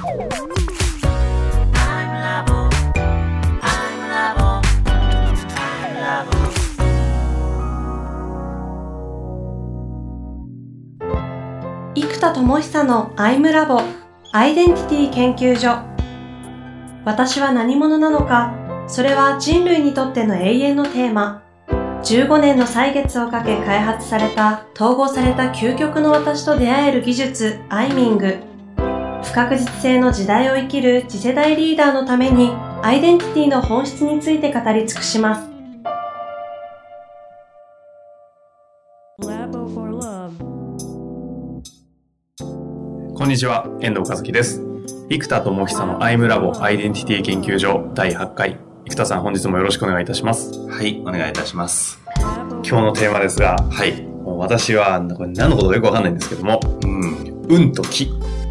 生田智久のアイムラボアイデンティティ研究所。私は何者なのか、それは人類にとっての永遠のテーマ。15年の歳月をかけ開発された統合された究極の私と出会える技術アイミング。不確実性の時代を生きる次世代リーダーのためにアイデンティティの本質について語り尽くします。 こんにちは、遠藤和樹です。生田智久のアイムラボアイデンティティ研究所第8回。生田さん、本日もよろしくお願いいたします。 はい、お願いいたします。 今日のテーマですが、はい、もう私はこれ何のことかよくわかんないんですけども、運と気。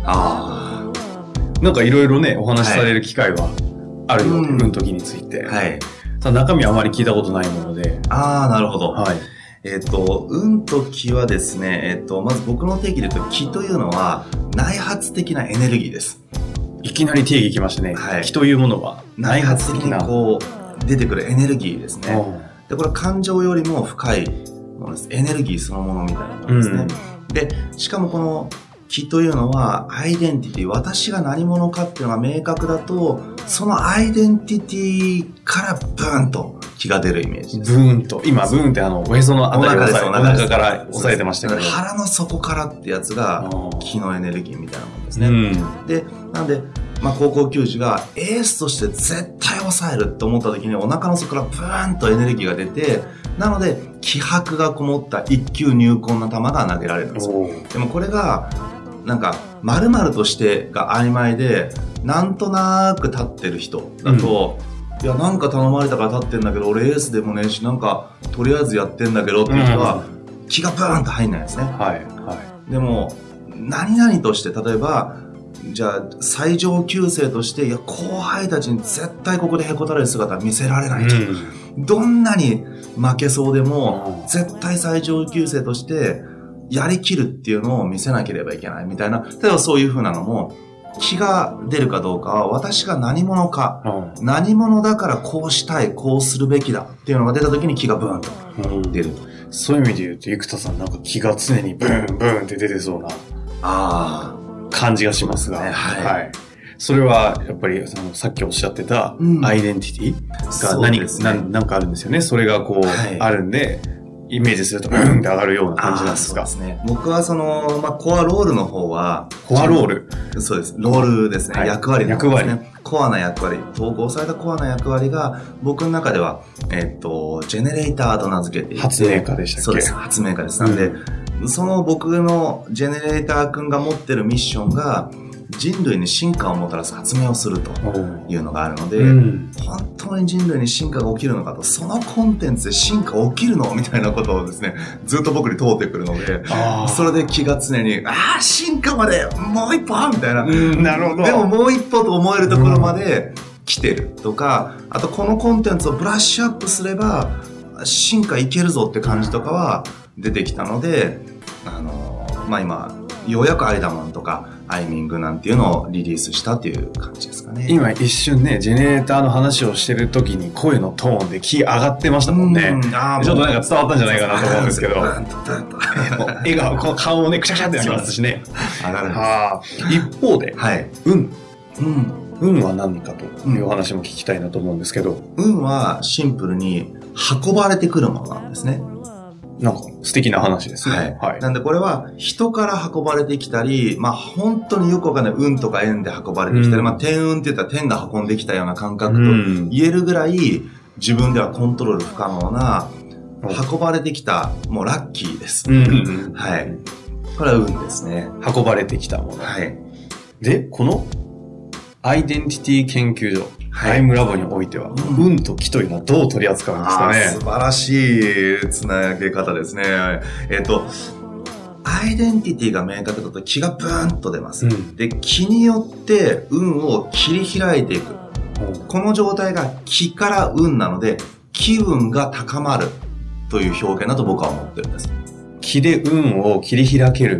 なんかいろいろね、お話しされる機会はあるようで、運と気について。はい。中身はあまり聞いたことないもので。 なるほど。はい。運と気はですね、まず僕の定義で言うと、気というのは内発的なエネルギーです。 いきなり定義きましたね。はい。気というものは内発的にこう出てくるエネルギーですね。で、これは感情よりも深いものです。エネルギーそのものみたいなものですね。で、しかもこの気というのはアイデンティティ、私が何者かっていうのが明確だと、そのアイデンティティからブーンと気が出るイメージです。 ブーンと。今、ブーンっておへそのあたりをお腹から押さえてましたけど。 腹の底からってやつが気のエネルギーみたいなものですね。で、なんで、高校球児がエースとして絶対抑えるって思った時にお腹の底からブーンとエネルギーが出て、なので気迫がこもった一球入魂な球が投げられるんですよ。でもこれがなんか丸々としてが曖昧で、なんとなく立ってる人だと、いやなんか頼まれたから立ってんだけど俺エースでもねえし、なんかとりあえずやってんだけどっていう人は気がブーンと入んないですね。はいはい。でも何々として例えばじゃあ最上級生として、いや後輩たちに絶対ここでへこたれる姿は見せられないと、どんなに負けそうでも絶対最上級生としてやりきるっていうのを見せなければいけないみたいな、例えばそういう風なのも気が出るかどうかは私が何者か、何者だからこうしたいこうするべきだっていうのが出た時に気がブーンと出ると、 そういう意味で言うと生田さんなんか気が常にブーンブーンって出てそうな感じがしますが、はいはい、それはやっぱりさっきおっしゃってたアイデンティティが何かあるんですよね。それがこう、あるんでイメージするとブーンって上がるような感じなんですか。 そうですね。僕はコアロールの方はコアロール、 そうです。ロールですね。役割ですね。コアな役割、統合されたコアな役割が僕の中ではジェネレーターと名付けていて、 発明家でしたっけ。そうです。 発明家です。なんで、その僕のジェネレーター君が持ってるミッションが人類に進化をもたらす発明をするというのがあるので、本当に人類に進化が起きるのかと、そのコンテンツで進化起きるのみたいなことをですね、ずっと僕に問うてくるので、それで気が常に進化までもう一歩みたいな、なるほど。でももう一歩と思えるところまで来てるとか、あとこのコンテンツをブラッシュアップすれば進化いけるぞって感じとかは出てきたので、今ようやくアイダマンとかアイミングなんていうのをリリースしたっていう感じですかね。 今一瞬ね、ジェネレーターの話をしてる時に声のトーンで気上がってましたもんね。ちょっとなんか伝わったんじゃないかなと思うんですけど、笑顔、この顔もねくしゃくしゃってなりますしね。一方で、運は何かという話も聞きたいなと思うんですけど、 運はシンプルに運ばれてくるものなんですね。 なんか素敵な話ですね。 はい。なんでこれは人から運ばれてきたり、本当によくわかんない運とか縁で運ばれてきたり、天運って言ったら天が運んできたような感覚と言えるぐらい自分ではコントロール不可能な運ばれてきた、もうラッキーです。はい。これは運ですね。 運ばれてきたもの。はい。で、このアイデンティティ研究所、アイムラボにおいては、運と気というのはどう取り扱うんですかね。 素晴らしいつなげ方ですね。アイデンティティが明確だと気がブーンと出ます。で、気によって運を切り開いていく。この状態が気から運なので、気運が高まるという表現だと僕は思ってるんです。 気で運を切り開ける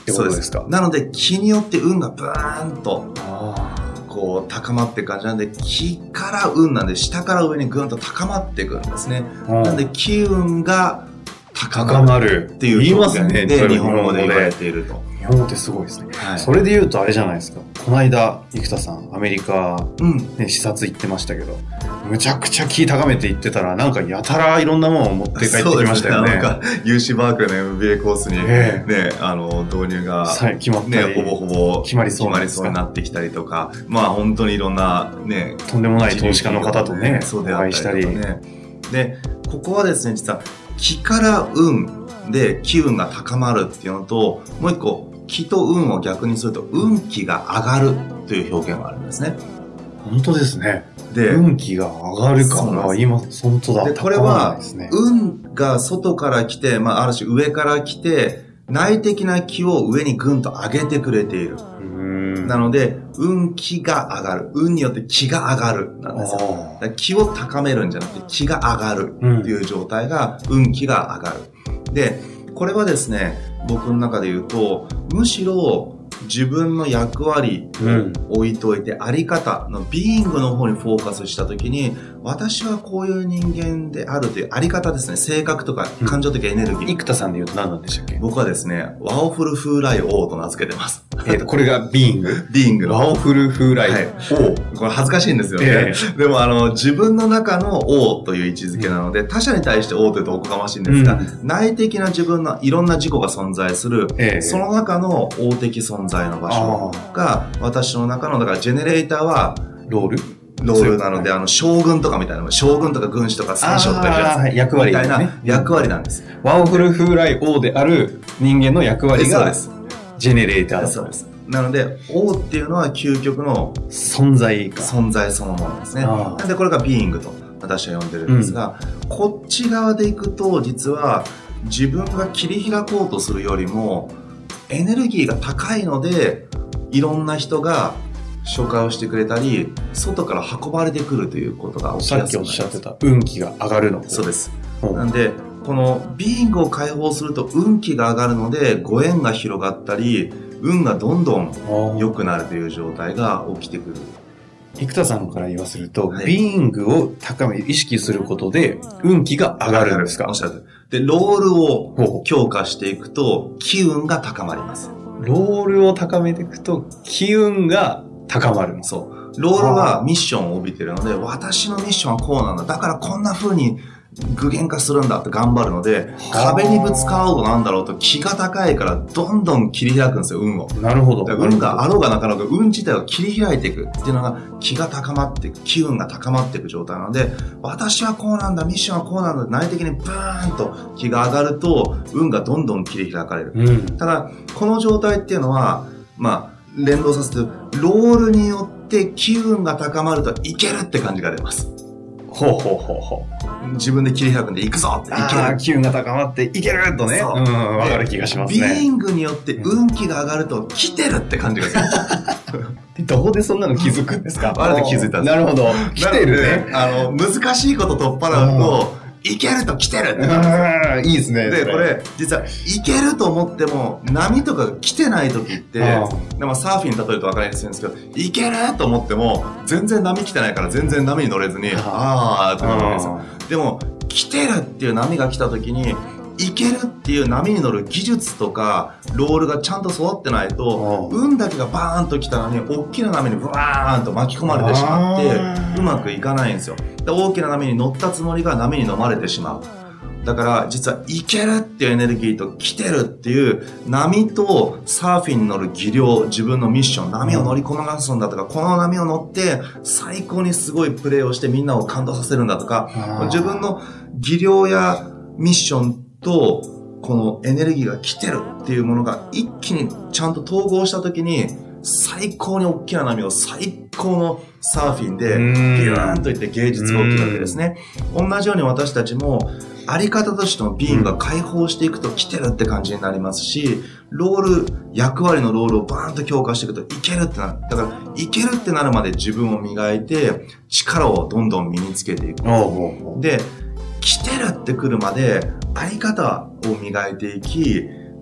ってことですか。 なので、気によって運がブーンと、こう、高まっていく感じなんで、気から運なんで、下から上にぐんと高まっていくんですね。なんで、気運が高まるっていう表現で、日本語で言われていると。 日本語ってすごいですね。それで言うとあれじゃないですか。この間、生田さん、アメリカ、視察行ってましたけど、むちゃくちゃ気高めて行ってたら、なんかやたらいろんなものを持って帰ってきましたよね。 なんか、UC バークレーの MBA コースに導入が、 決まったり、 ほぼほぼ決まりそうになってきたりとか、まあ本当にいろんなね、 とんでもない投資家の方とね、お会いしたり。 で、ここはですね、実は、気から運で気運が高まるっていうのと、もう一個、気と運を逆にすると、運気が上がるという表現があるんですね。 本当ですね。で、運気が上がるかは今、本当だ。 で、これは、運が外から来て、まあ、ある種上から来て、内的な気を上にぐんと上げてくれている。なので、運気が上がる。運によって気が上がる。なんですよ。気を高めるんじゃなくて、気が上がるっていう状態が、運気が上がる。で、これはですね、僕の中で言うと、むしろ自分の役割を置いといて、あり方のビーイングの方にフォーカスしたときに、私はこういう人間であるというあり方ですね、性格とか感情的エネルギー。 生田さんで言うと何なんでしたっけ？ 僕はですね、ワオフル風来王と名付けてます。 これがビーイング？ ビーイング。 ワオフル風来王。これ恥ずかしいんですよね。でも自分の中の王という位置づけなので、他者に対して王というとおこがましいんですが、内的な自分のいろんな自己が存在する、その中の王的存在の場所が、私の中の、だからジェネレーターは、ロールなので、将軍とかみたいな、将軍とか軍師とか三将ってやつ。役割、みたいな役割なんです。 ワオフル風来王である人間の役割が、ジェネレーターだ。 そうです。なので、王っていうのは究極の存在そのものですね。なんで、これがビーイングと私は呼んでるんですが、こっち側でいくと、実は自分が切り開こうとするよりも、エネルギーが高いので、いろんな人が紹介をしてくれたり、外から運ばれてくるということが起きやすくなります。 さっきおっしゃってた運気が上がるの。 そうです。なんで、このビーイングを解放すると運気が上がるので、ご縁が広がったり、運がどんどん良くなるという状態が起きてくる。 生田さんから言わせると、ビーイングを高め、意識することで、運気が上がるんですか？ おっしゃる。で、ロールを強化していくと、気運が高まります。 ロールを高めていくと、気運が高まる。 そう。ロールはミッションを帯びているので、私のミッションはこうなんだ。だからこんな風に具現化するんだって頑張るので、壁にぶつかろうとなんだろうと気が高いからどんどん切り開くんですよ、運を。 なるほど。 運があろうがなかろうが運自体を切り開いていくっていうのが気が高まっていく、気運が高まっていく状態なので、私はこうなんだ、ミッションはこうなんだ、内的にブーンと気が上がると運がどんどん切り開かれる。ただ、この状態っていうのは、まあ、連動させて、ロールによって気運が高まるといけるって感じが出ます。自分で切り開くんで行くぞっていける。 気運が高まっていけるとね。わかる気がしますね。 ビーイングによって運気が上がると来てるって感じがする。 どこでそんなの気づくんですか？ あれで気づいたんです。 なるほど。来てるね。 難しいこと取っ払うと、いけると来てるっていいですね。 で、これ、実は、いけると思っても、波とかが来てない時って、でもサーフィン例えると分かりやすいんですけど、いけると思っても、全然波来てないから全然波に乗れずに、ってなるんですよ。でも、来てるっていう波が来た時に、いけるっていう波に乗る技術とかロールがちゃんと育ってないと、運だけがバーンと来たのに大きな波にブワーンと巻き込まれてしまってうまくいかないんですよ。で、大きな波に乗ったつもりが波に飲まれてしまう。だから実はいけるっていうエネルギーと来てるっていう波とサーフィンに乗る技量、自分のミッション、波を乗りこなすんだとか、この波を乗って最高にすごいプレーをしてみんなを感動させるんだとか、自分の技量やミッションとこのエネルギーが来てるっていうものが一気にちゃんと統合した時に最高に大きな波を最高のサーフィンでビューンといって芸術が起きるわけですね。同じように私たちもあり方としてのビーンが解放していくと来てるって感じになりますし、ロール、役割のロールをバーンと強化していくといけるってなる。だからいけるってなるまで自分を磨いて力をどんどん身につけていく。で、来てるってくるまであり方を磨いていき、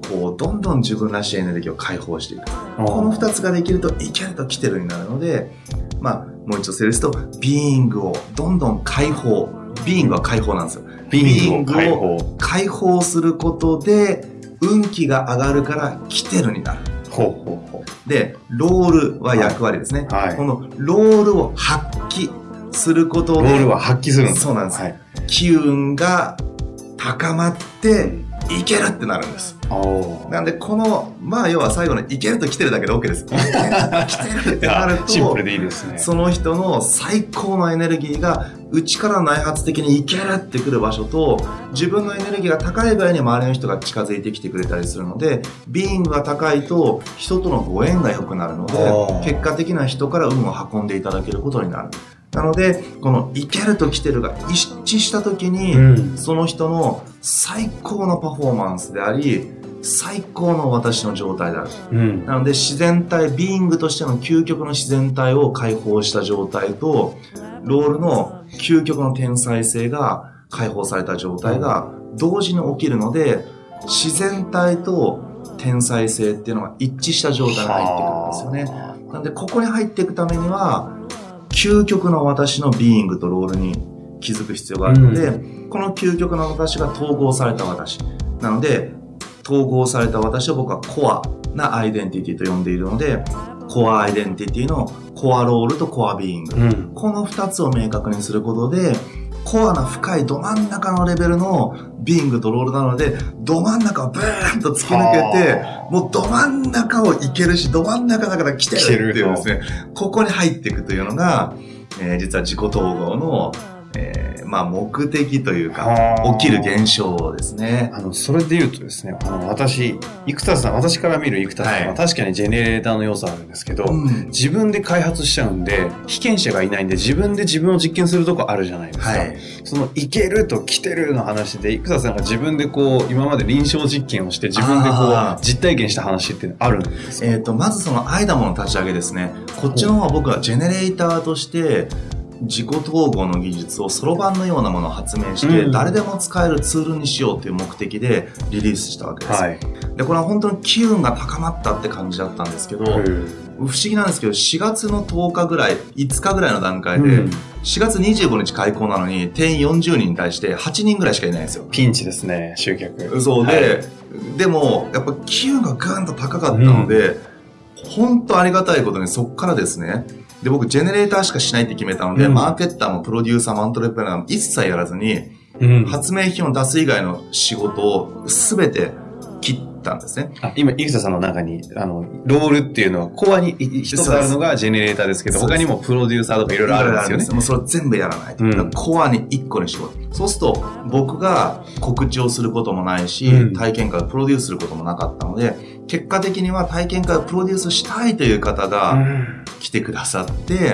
こうどんどん自分らしいエネルギーを解放していく。この2つができるといけると来てるになるので、もう一度整理すると、ビーイングをどんどん解放。ビーイングは解放なんですよ。 ビーイングを解放することで運気が上がるから来てるになる。で、ロールは役割ですね。このロールを発揮することで、 ロールは発揮するんです。 そうなんです。機運が高まっていけるってなるんです。なんでこの要は最後のいけると来てるだけで OK です。来てるってなるとシンプルでいいですね。 その人の最高のエネルギーが内から内発的にいけるってくる場所と、自分のエネルギーが高い場合に周りの人が近づいてきてくれたりするので、ビーイングが高いと人とのご縁が良くなるので、結果的な人から運を運んでいただけることになる。なのでこのいけると来てるが一致した時に、その人の最高のパフォーマンスであり最高の私の状態である、なので自然体ビーイングとしての究極の自然体を解放した状態と、ロールの究極の天才性が解放された状態が同時に起きるので、自然体と天才性っていうのが一致した状態に入ってくるんですよね。なのでここに入っていくためには究極の私のビーイングとロールに気づく必要があるので、この究極の私が統合された私なので、統合された私を僕はコアなアイデンティティと呼んでいるので、コアアイデンティティのコアロールとコアビーイング、この2つを明確にすることで、コアな深いど真ん中のレベルのビーイングとロールなので、ど真ん中をブーンと突き抜けて、もうど真ん中をいけるし、ど真ん中だから来てるっていうですね、ここに入っていくというのが、実は自己統合の、目的というか起きる現象ですね。 それで言うとですね、私から見る生田さんは確かにジェネレーターの要素あるんですけど、自分で開発しちゃうんで被験者がいないんで自分で自分を実験するとこあるじゃないですか、そのいけると来てるの話で生田さんが自分で今まで臨床実験をして自分で実体験した話ってあるんですか？ まずそのアイダモの立ち上げですね。こっちの方は僕はジェネレーターとして自己統合の技術をそろばんのようなものを発明して誰でも使えるツールにしようという目的でリリースしたわけです、でこれは本当に機運が高まったって感じだったんですけど、不思議なんですけど4月の10日ぐらい5日ぐらいの段階で、4月25日開講なのに定員40人に対して8人ぐらいしかいないんですよ。 ピンチですね、集客。 そうで、でもやっぱ機運がぐーんと高かったので、本当ありがたいことにそこからですね、で僕ジェネレーターしかしないって決めたので、マーケッターもプロデューサーもアントレプレナーも一切やらずに、発明品を出す以外の仕事を全て切ったんですね。 今生田さんの中にロールっていうのはコアに一つあるのがジェネレーターですけど、他にもプロデューサーとかいろいろあるんですよね。 もうそれ全部やらないと、コアに1個にしよう。そうすると僕が告知をすることもないし、体験会をプロデュースすることもなかったので、結果的には体験会をプロデュースしたいという方が来てくださって、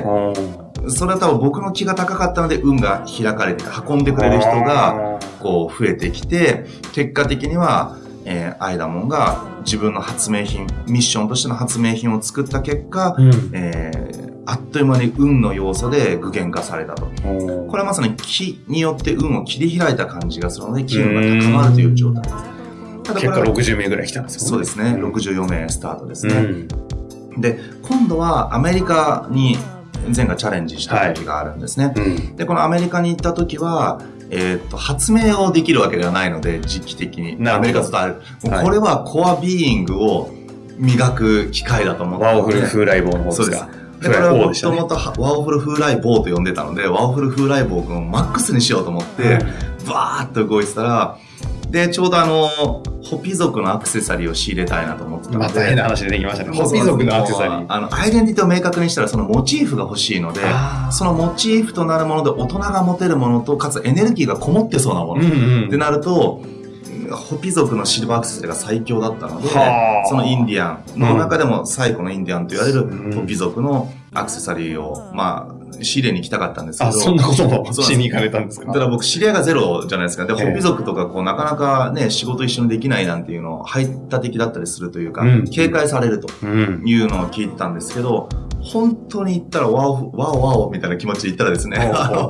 それは多分僕の気が高かったので運が開かれて運んでくれる人が増えてきて、結果的にはアイダモンが自分の発明品、ミッションとしての発明品を作った結果、あっという間に運の要素で具現化されたと。これはまさに気によって運を切り開いた感じがするので、気運が高まるという状態です。 ただ結果60名ぐらい来たんですよね。 そうですね、64名スタートですね、で今度はアメリカに前回チャレンジした時があるんですね、でこのアメリカに行った時は発明をできるわけではないので、時期的にアメリカとある、これはコアビーイングを磨く機会だと思って、 ワオフル風来棒の方ですか？ でこれはもともとワオフル風来棒と呼んでたので、ワオフル風来棒君をマックスにしようと思ってバーッと動いてたら、でちょうどホピ族のアクセサリーを仕入れたいなと思ってたので、 変な話でできましたね。ホピ族のアクセサリー、 アイデンティティを明確にしたらそのモチーフが欲しいので、そのモチーフとなるもので大人が持てるものと、かつエネルギーがこもってそうなもの、ってなるとホピ族のシルバーアクセサリーが最強だったので、そのインディアンの中でも最古のインディアンと言われるホピ族のアクセサリーを仕入れに行きたかったんですけど。 そんなこともしに行かれたんですか？ だから僕知り合いがゼロじゃないですか。で、ホピ族とかなかなかね、仕事一緒にできないなんていうのを排他的だったりするというか、警戒されるというのを聞いてたんですけど、本当に行ったらワオワオワオみたいな気持ちで行ったらですね、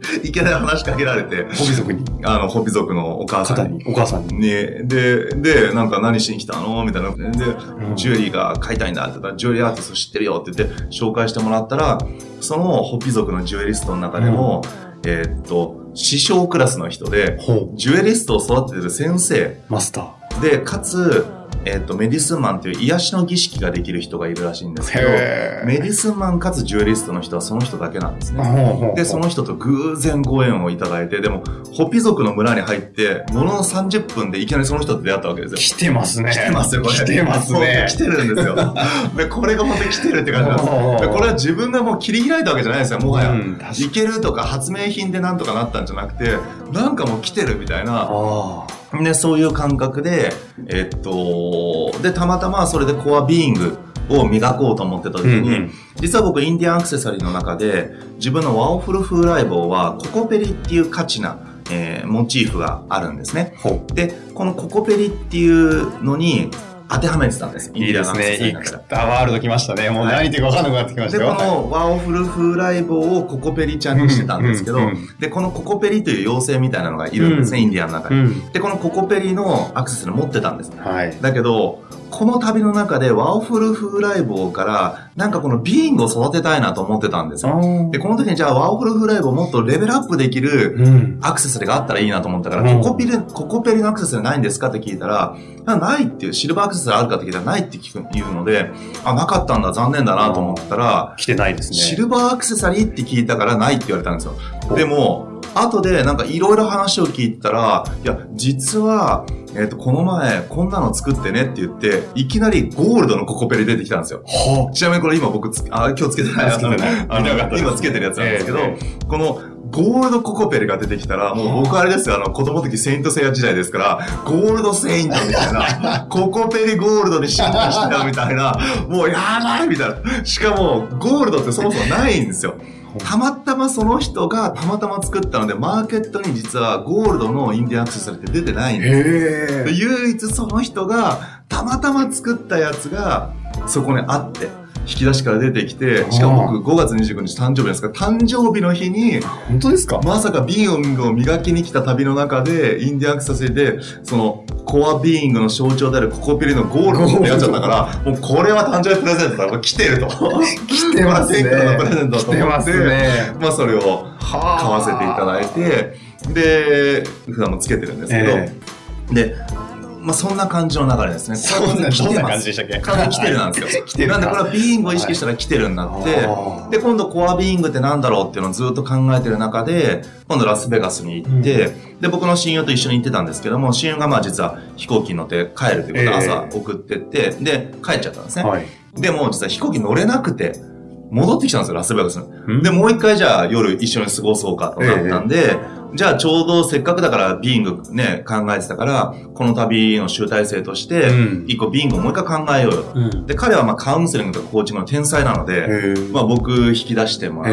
いきなり話しかけられて、 ホビ族に。 ホビ族のお母さんに。 お母さんに。 ね、で、なんか何しに来たのみたいな。で、ジュエリーが買いたいんだって言ったら、ジュエリーアーティスト知ってるよって言って紹介してもらったら、そのホビ族のジュエリストの中でも、師匠クラスの人で、ジュエリストを育ててる先生。 マスター。 で、かつ、メディスンマンという癒しの儀式ができる人がいるらしいんですけど、メディスンマンかつジュエリストの人はその人だけなんですね。で、その人と偶然ご縁をいただいて、でも、ホピ族の村に入って、ものの30分でいきなりその人と出会ったわけですよ。 来てますね。 来てますよ、これ。 来てますね。 来てるんですよ。で、これが本当に来てるって感じなんです。で、これは自分がもう切り開いたわけじゃないですよ、もはや。いけるとか発明品でなんとかなったんじゃなくて、なんかもう来てるみたいな。で、そういう感覚で、で、たまたまそれでコアビーイングを磨こうと思ってた時に、実は僕インディアンアクセサリーの中で、自分のワオフル風来坊はココペリっていう価値な、モチーフがあるんですね。で、このココペリっていうのに当てはめてたんです。 いいですね。イクタワールド来ましたね。もう何言ってるか分かんなくなってきましたよ。 で、このワオフル風来坊をココペリちゃんにしてたんですけど、で、このココペリという妖精みたいなのがいるんですね、インディアンの中に。で、このココペリのアクセサリー持ってたんです。だけど、この旅の中でワオフル風来坊からなんかこのビーイングを育てたいなと思ってたんですよ。で、この時にじゃあワオフル風来坊もっとレベルアップできるアクセサリーがあったらいいなと思ったから、ココペリのアクセサリーないんですかって聞いたら、ないっていう、シルバーアクセサリーあるかって聞いたらないって言うので、なかったんだ、残念だなと思ったら、 来てないですね。 シルバーアクセサリーって聞いたからないって言われたんですよ。でも、後でなんかいろいろ話を聞いたら、いや、実は、この前、こんなの作ってねって言って、いきなりゴールドのココペリ出てきたんですよ。ちなみにこれ今僕今日つけてないやつ今つけてるやつなんですけど、このゴールドココペリが出てきたら、もう僕あれですよ、子供の時セイントセイヤ時代ですから、ゴールドセイントみたいな、ココペリゴールドに進化してたみたいな、もうやばいみたいな。しかも、ゴールドってそもそもないんですよ。たまたまその人がたまたま作ったので、マーケットに実はゴールドのインディアンアクセサリーって出てないんです。唯一その人がたまたま作ったやつがそこにあって、引き出しから出てきて、しかも僕5月29日誕生日ですから、誕生日の日に、 本当ですか？ まさかビーイングを磨きに来た旅の中で、インディアンアクセサリーで、そのコアビーイングの象徴であるココペリのゴールドになっちゃったから、もうこれは誕生日プレゼントだから来てると。 来てますね。 天下のプレゼントだと思って、 ね、 まあそれを買わせていただいて、で、普段もつけてるんですけど、で、まあそんな感じの流れですね。 どんな感じでしたっけ？ 完全に来てるなんですよ。来てる。なんでこれはビーイングを意識したら来てるになって、で、今度コアビーイングってなんだろうっていうのをずっと考えてる中で、今度ラスベガスに行って、で、僕の親友と一緒に行ってたんですけども、親友がまあ実は飛行機に乗って帰るということで朝送ってって、で、帰っちゃったんですね。でも実は飛行機乗れなくて、戻ってきたんですよ、ラスベガスに。で、もう一回じゃあ夜一緒に過ごそうかとなったんで、じゃあちょうどせっかくだからビーイングね、考えてたから、この旅の集大成として、一個ビーイングをもう一回考えようよと。で、彼はまあカウンセリングとかコーチングの天才なので、まあ僕引き出してもらって、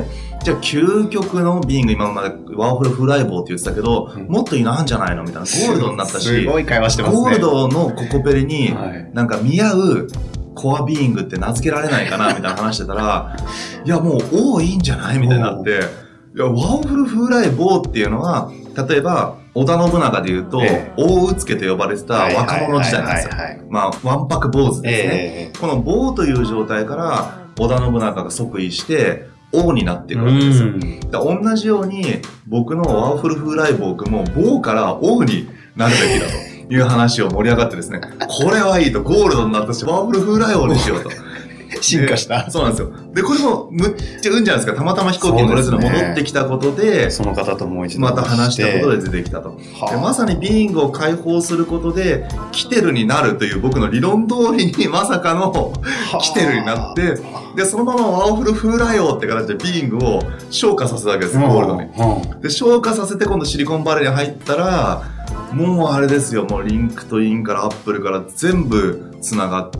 じゃあ究極のビーイング、今までワーホルフライボーって言ってたけど、もっといいのあるんじゃないのみたいな。ゴールドになったし、 すごい会話してますね。 ゴールドのココペリになんか見合うコアビーイングって名付けられないかなみたいな話してたら、いやもう、いいんじゃないみたいになって、いや、ワオフル風来坊っていうのは、例えば、織田信長で言うと、大うつけと呼ばれてた若者時代なんですよ。まあ、わんぱく坊主ですね。この坊という状態から、織田信長が即位して、王になっていくわけですよ。同じように、僕のワオフル風来坊君も、坊から王になるべきだという話を盛り上がってですね、これはいいと、ゴールドになったし、ワオフル風来王にしようと。 進化した。 そうなんですよ。で、これもむっちゃ運じゃないですか。たまたま飛行機に乗れずに戻ってきたことで、 その方ともう一度また話したことで出てきたと。でまさにビーイングを解放することで、来てるになるという僕の理論通りにまさかの来てるになって、で、そのままワオフル風来王って形でビーイングを昇華させたわけです、ゴールドに。で、昇華させて今度シリコンバレーに入ったら、もうあれですよ、もうリンクトインからアップルから全部つながって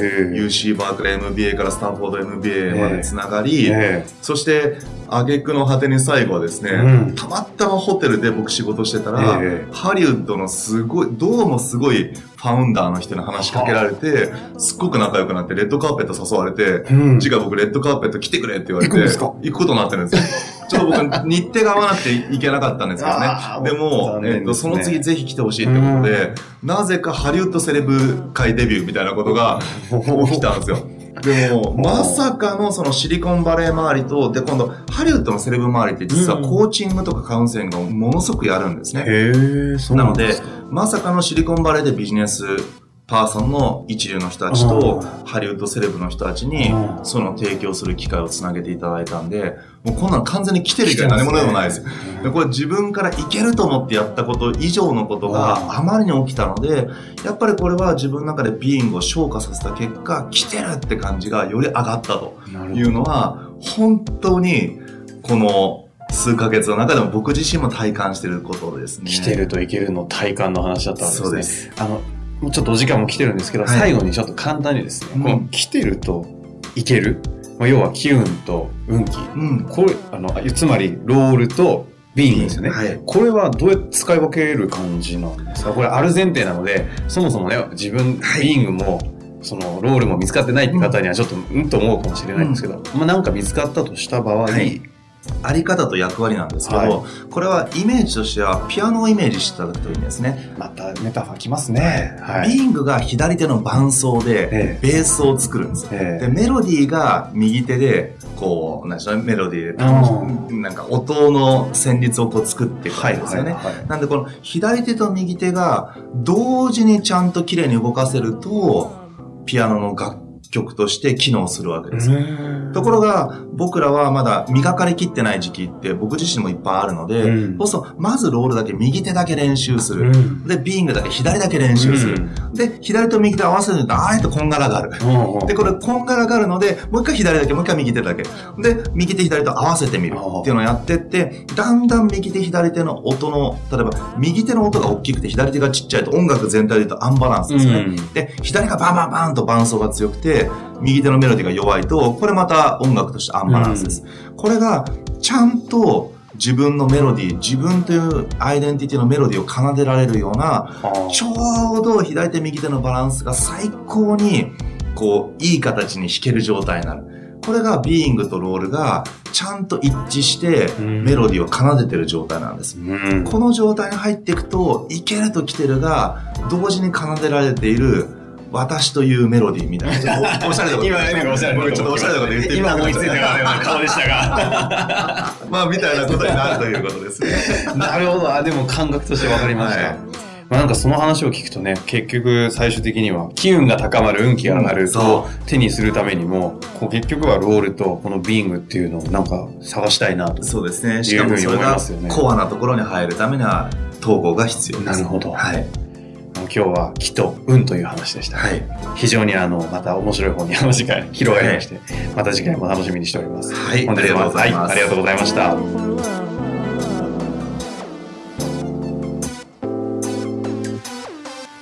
、UC バークレー MBA からスタンフォード MBA までつながり、そして挙句の果てに最後はですね、たまたまホテルで僕仕事してたら、ハリウッドのどうもすごいファウンダーの人に話しかけられて、すっごく仲良くなってレッドカーペット誘われて、次回僕レッドカーペット来てくれって言われて、行くことになってるんですよ。ちょっと僕日程が合わなくて行けなかったんですけどね。でも、その次ぜひ来てほしいってことで、なぜかハリウッドセレブ界デビューみたいなことが起きたんですよ。でも、まさかのそのシリコンバレー周りと、で、今度、ハリウッドのセレブ周りって実はコーチングとかカウンセリングをものすごくやるんですね。なので、まさかのシリコンバレーでビジネスパーソンの一流の人たちと、ハリウッドセレブの人たちに、その提供する機会をつなげていただいたんで、もうこんなの完全に来てる以外何者でもないですよ。でこれ自分からいけると思ってやったこと以上のことがあまりに起きたので、やっぱりこれは自分の中でビーイングを昇華させた結果、来てるって感じがより上がったというのは、本当にこの数ヶ月の中でも僕自身も体感していることですね。 来てるといけるの体感の話だったんですね。そうです。もうちょっとお時間も来てるんですけど、最後にちょっと簡単にですね、この来てるといける、要は機運と運気、これつまりロールとビーイングですよね、これはどうやって使い分ける感じなんですか？これある前提なので、そもそもね、自分、ビーイングもそのロールも見つかってないって方にはちょっとと思うかもしれないんですけど、なんか見つかったとした場合、 あり方と役割なんですけど、これはイメージとしてはピアノをイメージしていただくといいんですね。 またメタファーきますね。 ビーイングが左手の伴奏でベースを作るんです。でメロディーが右手でこうメロディーでなんか音の旋律をこう作っていくんですよね。なんでこの左手と右手が同時にちゃんと綺麗に動かせるとピアノの楽曲として機能するわけです。ところが僕らはまだ磨かれきってない時期って僕自身もいっぱいあるので、そうするとまずロールだけ右手だけ練習する、でビーイングだけ左だけ練習する、で左と右手合わせるとあえてこんがらがる、でこれこんがらがるのでもう一回左だけもう一回右手だけで右手左と合わせてみるっていうのをやってってだんだん右手左手の音の例えば右手の音が大きくて左手がちっちゃいと音楽全体で言うとアンバランスですね、で左がバンバンバンと伴奏が強くて右手のメロディーが弱いとこれまた音楽としてアンバランスです、これがちゃんと自分のメロディー自分というアイデンティティのメロディーを奏でられるようなちょうど左手右手のバランスが最高にこういい形に弾ける状態になる。これがビーイングとロールがちゃんと一致してメロディーを奏でてる状態なんです、この状態に入っていくといけると来てるが同時に奏でられている私というメロディーみたいな。おしゃれなこと今ね、おしゃれなこと。 ちょっとおしゃれなこと言ってみた。 今思いついたような顔でしたが。 まあ、みたいなことになるということですね。 なるほど。でも感覚として分かりました。なんかその話を聞くとね、結局最終的には機運が高まる、運気が上がると手にするためにも、結局はロールとこのビーイングっていうのをなんか探したいなと。 そうですね。しかもそれがコアなところに入るためには統合が必要です。 なるほど。今日は気と運という話でした。非常にまた面白い方に次回広がりまして、また次回も楽しみにしております。 ありがとうございます。 ありがとうございました。